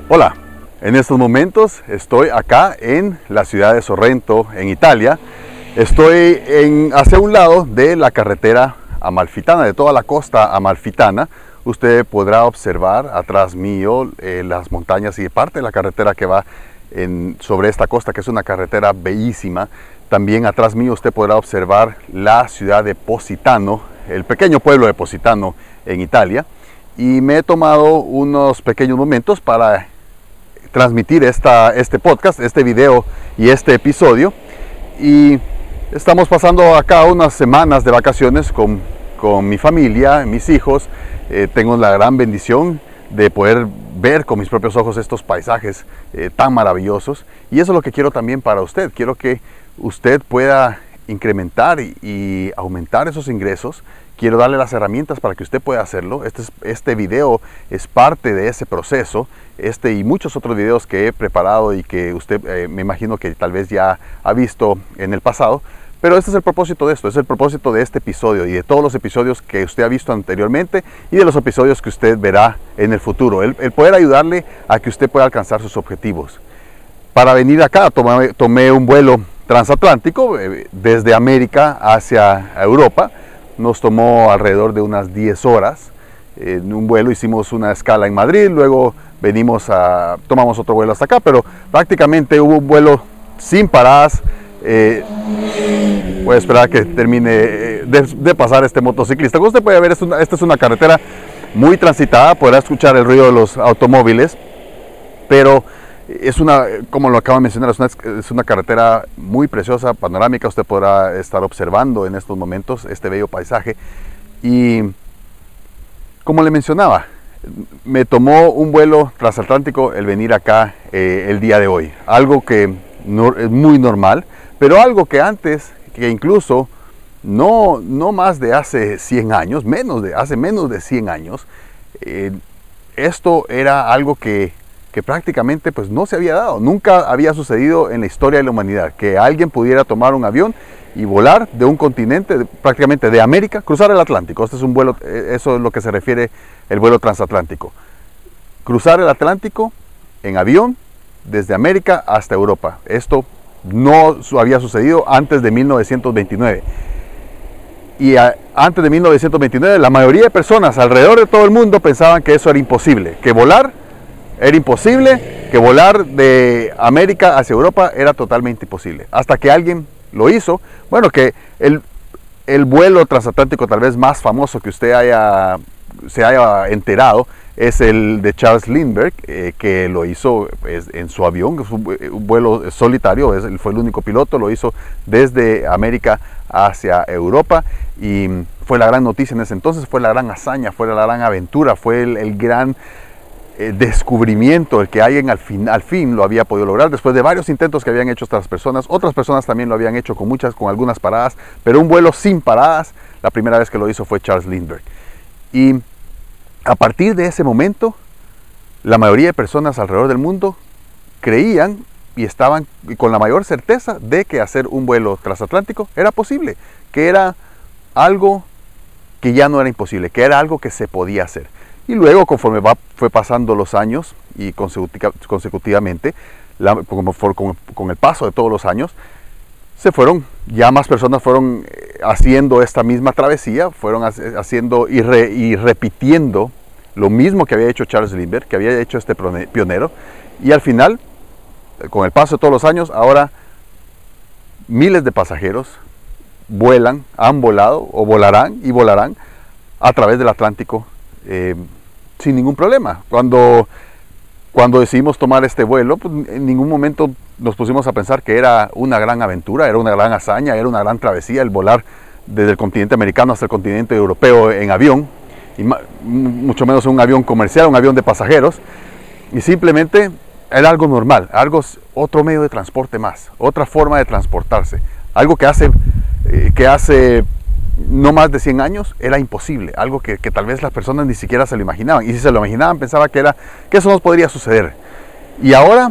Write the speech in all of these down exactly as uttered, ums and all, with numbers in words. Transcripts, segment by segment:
Hola, en estos momentos estoy acá en la ciudad de Sorrento, en Italia. Estoy en, hacia un lado de la carretera amalfitana, de toda la costa amalfitana. Usted podrá observar atrás mío eh, las montañas y parte de la carretera que va en, sobre esta costa, que es una carretera bellísima. También atrás mío usted podrá observar la ciudad de Positano, el pequeño pueblo de Positano en Italia. Y me he tomado unos pequeños momentos para transmitir esta, este podcast, este video y este episodio. Y estamos pasando acá unas semanas de vacaciones con, con mi familia, mis hijos. Eh, tengo la gran bendición de poder ver con mis propios ojos estos paisajes eh, tan maravillosos. Y eso es lo que quiero también para usted. Quiero que usted pueda incrementar y, y aumentar esos ingresos. Quiero darle las herramientas para que usted pueda hacerlo. Este, es, este video es parte de ese proceso. Este y muchos otros videos que he preparado y que usted eh, me imagino que tal vez ya ha visto en el pasado. Pero este es el propósito de esto, es el propósito de este episodio y de todos los episodios que usted ha visto anteriormente y de los episodios que usted verá en el futuro. El, el poder ayudarle a que usted pueda alcanzar sus objetivos. Para venir acá tomé, tomé un vuelo transatlántico eh, desde América hacia Europa. Nos tomó alrededor de unas diez horas en un vuelo. Hicimos una escala en Madrid, luego venimos a, tomamos otro vuelo hasta acá, pero prácticamente hubo un vuelo sin paradas. Eh, voy a esperar a que termine de, de pasar este motociclista. Como usted puede ver, esta es, una, esta es una carretera muy transitada, podrá escuchar el ruido de los automóviles, pero es una, como lo acabo de mencionar, es una, es una carretera muy preciosa, panorámica. Usted podrá estar observando en estos momentos este bello paisaje. Y como le mencionaba, me tomó un vuelo transatlántico el venir acá eh, el día de hoy. Algo que no, es muy normal, pero algo que antes, que incluso no, no más de hace cien años, menos de, hace menos de cien años, eh, esto era algo que que prácticamente pues no se había dado, nunca había sucedido en la historia de la humanidad, que alguien pudiera tomar un avión y volar de un continente, de, prácticamente de América, cruzar el Atlántico. Este es un vuelo, eso es lo que se refiere el vuelo transatlántico. Cruzar el Atlántico en avión desde América hasta Europa. Esto no había sucedido antes de mil novecientos veintinueve. Y a, antes de mil novecientos veintinueve la mayoría de personas alrededor de todo el mundo pensaban que eso era imposible, que volar era imposible, que volar de América hacia Europa era totalmente imposible. Hasta que alguien lo hizo. Bueno, que el, el vuelo transatlántico tal vez más famoso que usted haya, se haya enterado es el de Charles Lindbergh, eh, que lo hizo pues, en su avión, es un, un vuelo solitario, es, él fue el único piloto, lo hizo desde América hacia Europa y fue la gran noticia en ese entonces, fue la gran hazaña, fue la gran aventura, fue el, el gran El descubrimiento, el que alguien al fin, al fin lo había podido lograr después de varios intentos que habían hecho otras personas. Otras personas también lo habían hecho con muchas, con algunas paradas, pero un vuelo sin paradas, la primera vez que lo hizo fue Charles Lindbergh. Y a partir de ese momento, la mayoría de personas alrededor del mundo creían y estaban con la mayor certeza de que hacer un vuelo transatlántico era posible, que era algo que ya no era imposible, que era algo que se podía hacer. Y luego, conforme va, fue pasando los años y consecutivamente, la, como for, con, con el paso de todos los años, se fueron, ya más personas fueron haciendo esta misma travesía, fueron haciendo y, re, y repitiendo lo mismo que había hecho Charles Lindbergh, que había hecho este pionero. Y al final, con el paso de todos los años, ahora miles de pasajeros vuelan, han volado o volarán y volarán a través del Atlántico Eh, sin ningún problema. Cuando, cuando decidimos tomar este vuelo, pues en ningún momento nos pusimos a pensar que era una gran aventura, era una gran hazaña, era una gran travesía el volar desde el continente americano hasta el continente europeo en avión, y mucho menos en un avión comercial, un avión de pasajeros, y simplemente era algo normal, algo, otro medio de transporte más, otra forma de transportarse, algo que hace, eh, que hace no más de cien años era imposible, algo que, que tal vez las personas ni siquiera se lo imaginaban, y si se lo imaginaban pensaba que, era, que eso no podría suceder. Y ahora,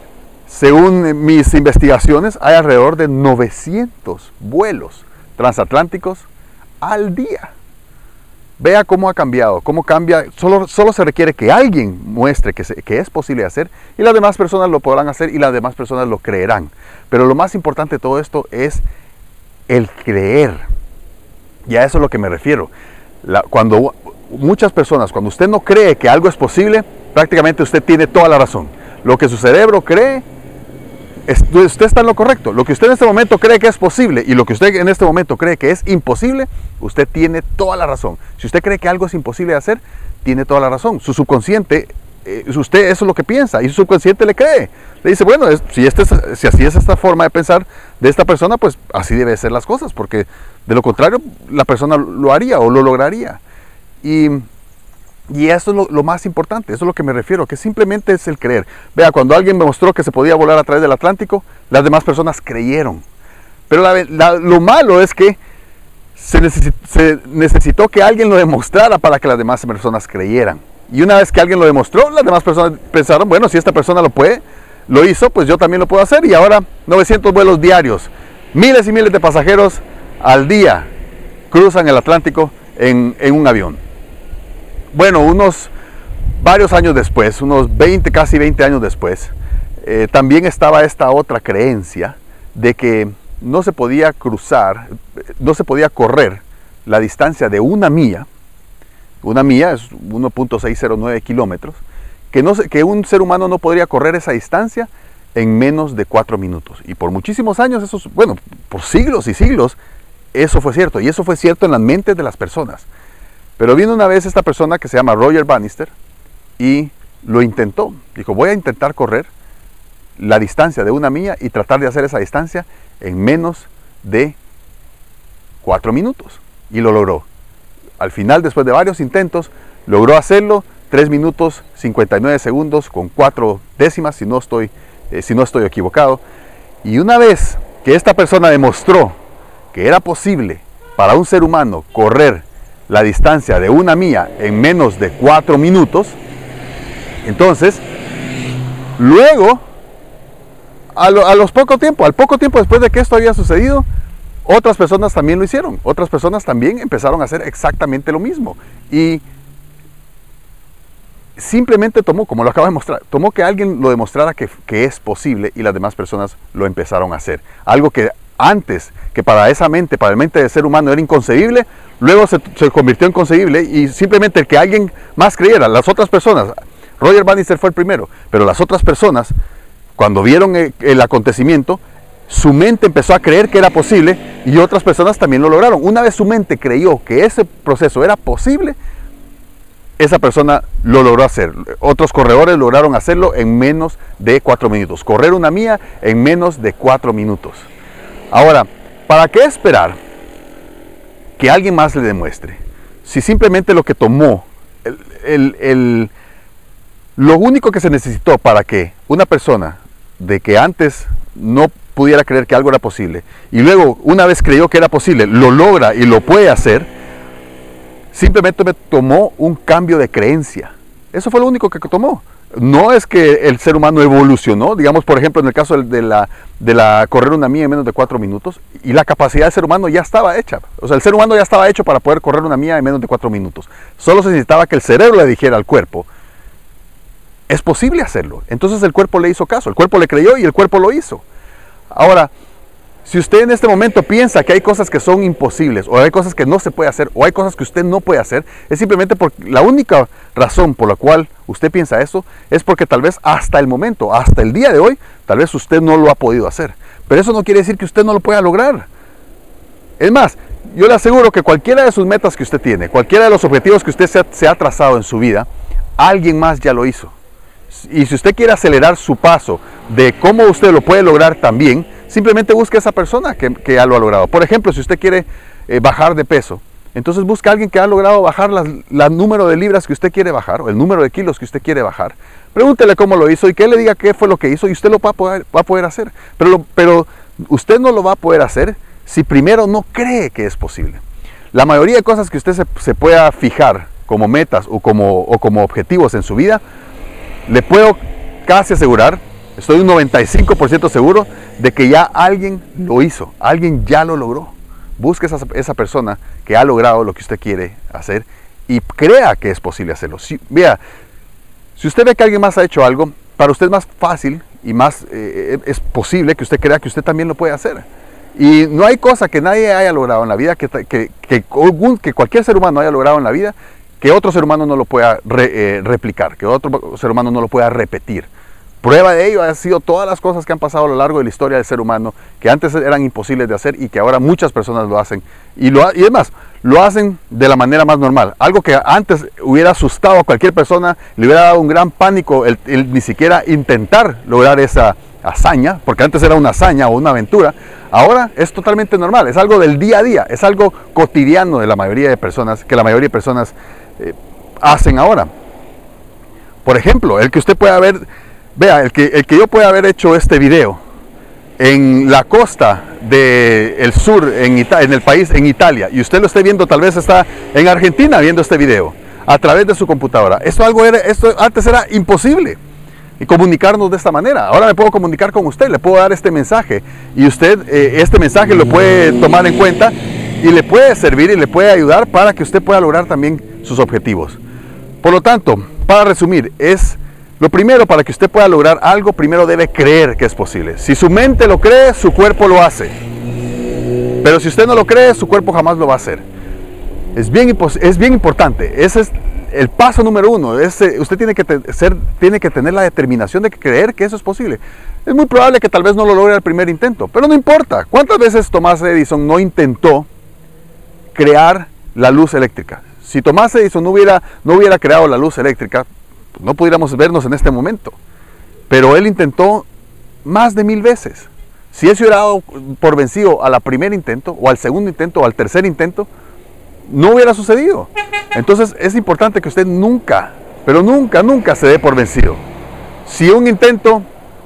según mis investigaciones, hay alrededor de novecientos vuelos transatlánticos al día. Vea cómo ha cambiado, cómo cambia. Solo, solo se requiere que alguien muestre que, se, que es posible hacer y las demás personas lo podrán hacer y las demás personas lo creerán. Pero lo más importante de todo esto es el creer. Y a eso es lo que me refiero. La, cuando muchas personas, cuando usted no cree que algo es posible, prácticamente usted tiene toda la razón. Lo que su cerebro cree, es, usted está en lo correcto. Lo que usted en este momento cree que es posible y lo que usted en este momento cree que es imposible, usted tiene toda la razón. Si usted cree que algo es imposible de hacer, tiene toda la razón. Su subconsciente, eh, usted eso es lo que piensa y su subconsciente le cree. Le dice, bueno, es, si, este es, si así es esta forma de pensar de esta persona, pues así deben ser las cosas, porque de lo contrario la persona lo haría o lo lograría. Y, y eso es lo, lo más importante, eso es lo que me refiero, que simplemente es el creer. Vea, cuando alguien me mostró que se podía volar a través del Atlántico, las demás personas creyeron. Pero la, la, lo malo es que se, necesit, se necesitó que alguien lo demostrara para que las demás personas creyeran. Y una vez que alguien lo demostró, las demás personas pensaron, bueno, si esta persona lo puede, lo hizo, pues yo también lo puedo hacer. Y ahora novecientos vuelos diarios, miles y miles de pasajeros al día cruzan el Atlántico en, en un avión. Bueno, unos varios años después, unos veinte, casi veinte años después, eh, también estaba esta otra creencia de que no se podía cruzar, no se podía correr la distancia de una milla. Una milla es uno punto seiscientos nueve kilómetros, que, no, que un ser humano no podría correr esa distancia en menos de cuatro minutos. Y por muchísimos años, eso, bueno, por siglos y siglos, eso fue cierto. Y eso fue cierto en las mentes de las personas. Pero vino una vez esta persona que se llama Roger Bannister y lo intentó. Dijo, voy a intentar correr la distancia de una milla y tratar de hacer esa distancia en menos de cuatro minutos. Y lo logró. Al final, después de varios intentos, logró hacerlo, tres minutos cincuenta y nueve segundos con cuatro décimas, si no estoy, eh, si no estoy equivocado. Y una vez que esta persona demostró que era posible para un ser humano correr la distancia de una milla en menos de cuatro minutos, entonces, luego, a, lo, a los poco tiempo, al poco tiempo después de que esto había sucedido, otras personas también lo hicieron. Otras personas también empezaron a hacer exactamente lo mismo. Y simplemente tomó, como lo acabo de mostrar, tomó que alguien lo demostrara que, que es posible y las demás personas lo empezaron a hacer. Algo que antes, que para esa mente, para la mente del ser humano era inconcebible, luego se, se convirtió en concebible y simplemente el que alguien más creyera, las otras personas, Roger Bannister fue el primero, pero las otras personas, cuando vieron el, el acontecimiento, su mente empezó a creer que era posible y otras personas también lo lograron. Una vez su mente creyó que ese proceso era posible, esa persona lo logró hacer. Otros corredores lograron hacerlo en menos de cuatro minutos. Correr una milla en menos de cuatro minutos. Ahora, ¿para qué esperar que alguien más le demuestre? Si simplemente lo que tomó, el, el, el, lo único que se necesitó para que una persona de que antes no pudiera creer que algo era posible y luego una vez creyó que era posible, lo logra y lo puede hacer, simplemente me tomó un cambio de creencia. Eso fue lo único que tomó. No es que el ser humano evolucionó, digamos por ejemplo en el caso de la, de la correr una milla en menos de cuatro minutos, y la capacidad del ser humano ya estaba hecha. O sea, el ser humano ya estaba hecho para poder correr una milla en menos de cuatro minutos. Solo se necesitaba que el cerebro le dijera al cuerpo, es posible hacerlo. Entonces el cuerpo le hizo caso, el cuerpo le creyó y el cuerpo lo hizo. Ahora, si usted en este momento piensa que hay cosas que son imposibles, o hay cosas que no se puede hacer, o hay cosas que usted no puede hacer, es simplemente porque la única razón por la cual usted piensa eso, es porque tal vez hasta el momento, hasta el día de hoy, tal vez usted no lo ha podido hacer. Pero eso no quiere decir que usted no lo pueda lograr. Es más, yo le aseguro que cualquiera de sus metas que usted tiene, cualquiera de los objetivos que usted se ha, se ha trazado en su vida, alguien más ya lo hizo. Y si usted quiere acelerar su paso de cómo usted lo puede lograr también, simplemente busque a esa persona que, que ya lo ha logrado. Por ejemplo, si usted quiere eh, bajar de peso, entonces busque a alguien que ha logrado bajar el número de libras que usted quiere bajar, o el número de kilos que usted quiere bajar. Pregúntele cómo lo hizo y que él le diga qué fue lo que hizo y usted lo va a poder, va a poder hacer. Pero, lo, pero usted no lo va a poder hacer si primero no cree que es posible. La mayoría de cosas que usted se, se pueda fijar como metas o como, o como objetivos en su vida, le puedo casi asegurar, estoy un noventa y cinco por ciento seguro de que ya alguien lo hizo, alguien ya lo logró. Busque esa, esa persona que ha logrado lo que usted quiere hacer y crea que es posible hacerlo. Si, vea, si usted ve que alguien más ha hecho algo, para usted es más fácil y más eh, es posible que usted crea que usted también lo puede hacer. Y no hay cosa que nadie haya logrado en la vida, que, que, que, que cualquier ser humano haya logrado en la vida, que otro ser humano no lo pueda re, eh, replicar, que otro ser humano no lo pueda repetir. Prueba de ello han sido todas las cosas que han pasado a lo largo de la historia del ser humano, que antes eran imposibles de hacer y que ahora muchas personas lo hacen. Y, lo, y además, lo hacen de la manera más normal. Algo que antes hubiera asustado a cualquier persona, le hubiera dado un gran pánico el, el ni siquiera intentar lograr esa hazaña, porque antes era una hazaña o una aventura. Ahora es totalmente normal, es algo del día a día, es algo cotidiano de la mayoría de personas, que la mayoría de personas eh, hacen ahora. Por ejemplo, el que usted pueda ver, vea, el que, el que yo pueda haber hecho este video en la costa del sur, en, Ita en el país, en Italia, y usted lo esté viendo, tal vez está en Argentina viendo este video, a través de su computadora. Esto, algo era, esto antes era imposible. Y comunicarnos de esta manera. Ahora me puedo comunicar con usted, le puedo dar este mensaje y usted eh, este mensaje lo puede tomar en cuenta y le puede servir y le puede ayudar para que usted pueda lograr también sus objetivos. Por lo tanto, para resumir, es lo primero, para que usted pueda lograr algo, primero debe creer que es posible. Si su mente lo cree, su cuerpo lo hace. Pero si usted no lo cree, su cuerpo jamás lo va a hacer. Es bien, es bien importante. Ese es el paso número uno. Es, usted tiene que, te, ser, tiene que tener la determinación de creer que eso es posible. Es muy probable que tal vez no lo logre al primer intento, pero no importa. ¿Cuántas veces Thomas Edison no intentó crear la luz eléctrica? Si Thomas Edison no hubiera, no hubiera creado la luz eléctrica, pues no pudiéramos vernos en este momento. Pero él intentó más de mil veces. Si él se hubiera dado por vencido al primer intento, o al segundo intento, o al tercer intento, no hubiera sucedido. Entonces es importante que usted nunca, pero nunca, nunca se dé por vencido. Si un intento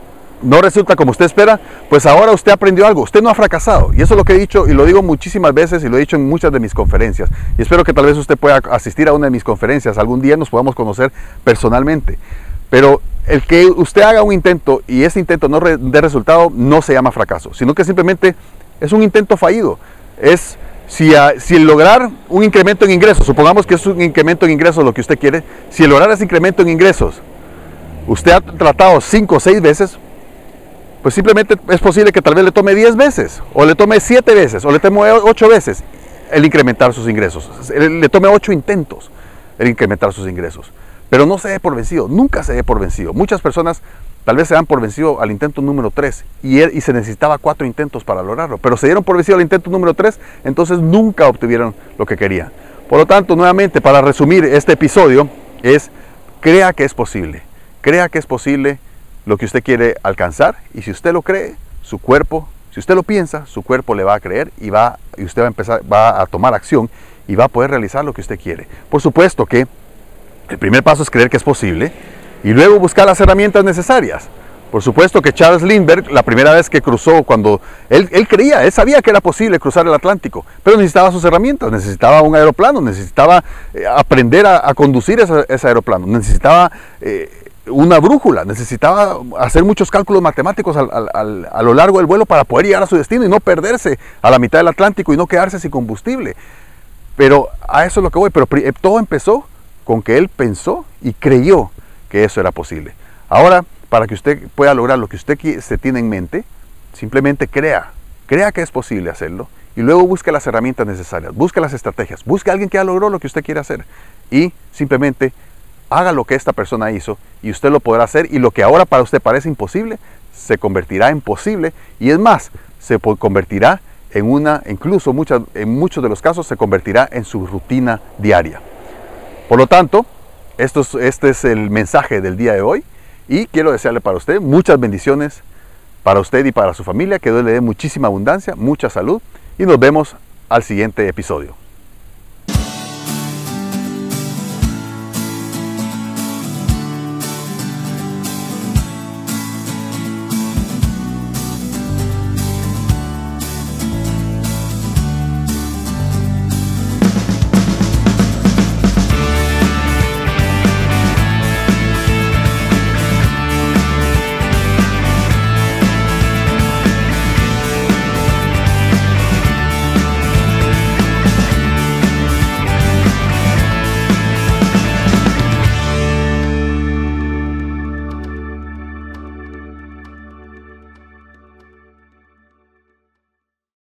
no resulta como usted espera, pues ahora usted aprendió algo, usted no ha fracasado. Y eso es lo que he dicho y lo digo muchísimas veces y lo he dicho en muchas de mis conferencias. Y espero que tal vez usted pueda asistir a una de mis conferencias, algún día nos podamos conocer personalmente. Pero el que usted haga un intento y ese intento no dé resultado, no se llama fracaso, sino que simplemente es un intento fallido. Es... Si, uh, si el lograr un incremento en ingresos, supongamos que es un incremento en ingresos lo que usted quiere, si el lograr ese incremento en ingresos, usted ha tratado cinco o seis veces, pues simplemente es posible que tal vez le tome diez veces, o le tome siete veces, o le tome ocho veces el incrementar sus ingresos, le tome ocho intentos el incrementar sus ingresos. Pero no se dé por vencido, nunca se dé por vencido. Muchas personas tal vez se dan por vencido al intento número tres y, y se necesitaba cuatro intentos para lograrlo, pero se dieron por vencido al intento número tres, entonces nunca obtuvieron lo que querían. Por lo tanto, nuevamente, para resumir este episodio, es crea que es posible, crea que es posible lo que usted quiere alcanzar, y si usted lo cree, su cuerpo, si usted lo piensa, su cuerpo le va a creer y, va, y usted va a empezar, va a tomar acción y va a poder realizar lo que usted quiere. Por supuesto que el primer paso es creer que es posible y luego buscar las herramientas necesarias. Por supuesto que Charles Lindbergh, la primera vez que cruzó, cuando él, él creía, él sabía que era posible cruzar el Atlántico, pero necesitaba sus herramientas, necesitaba un aeroplano, necesitaba eh, aprender a, a conducir ese, ese aeroplano, necesitaba eh, una brújula, necesitaba hacer muchos cálculos matemáticos al, al, al, a lo largo del vuelo para poder llegar a su destino y no perderse a la mitad del Atlántico y no quedarse sin combustible. Pero a eso es lo que voy, pero todo empezó con que él pensó y creyó que eso era posible. Ahora, para que usted pueda lograr lo que usted se tiene en mente, simplemente crea, crea que es posible hacerlo y luego busque las herramientas necesarias, busque las estrategias, busque a alguien que ya logró lo que usted quiere hacer y simplemente haga lo que esta persona hizo y usted lo podrá hacer, y lo que ahora para usted parece imposible se convertirá en posible, y es más, se convertirá en una, incluso muchas, en muchos de los casos se convertirá en su rutina diaria. Por lo tanto, esto es, este es el mensaje del día de hoy y quiero desearle para usted muchas bendiciones para usted y para su familia, que Dios le dé muchísima abundancia, mucha salud, y nos vemos al siguiente episodio.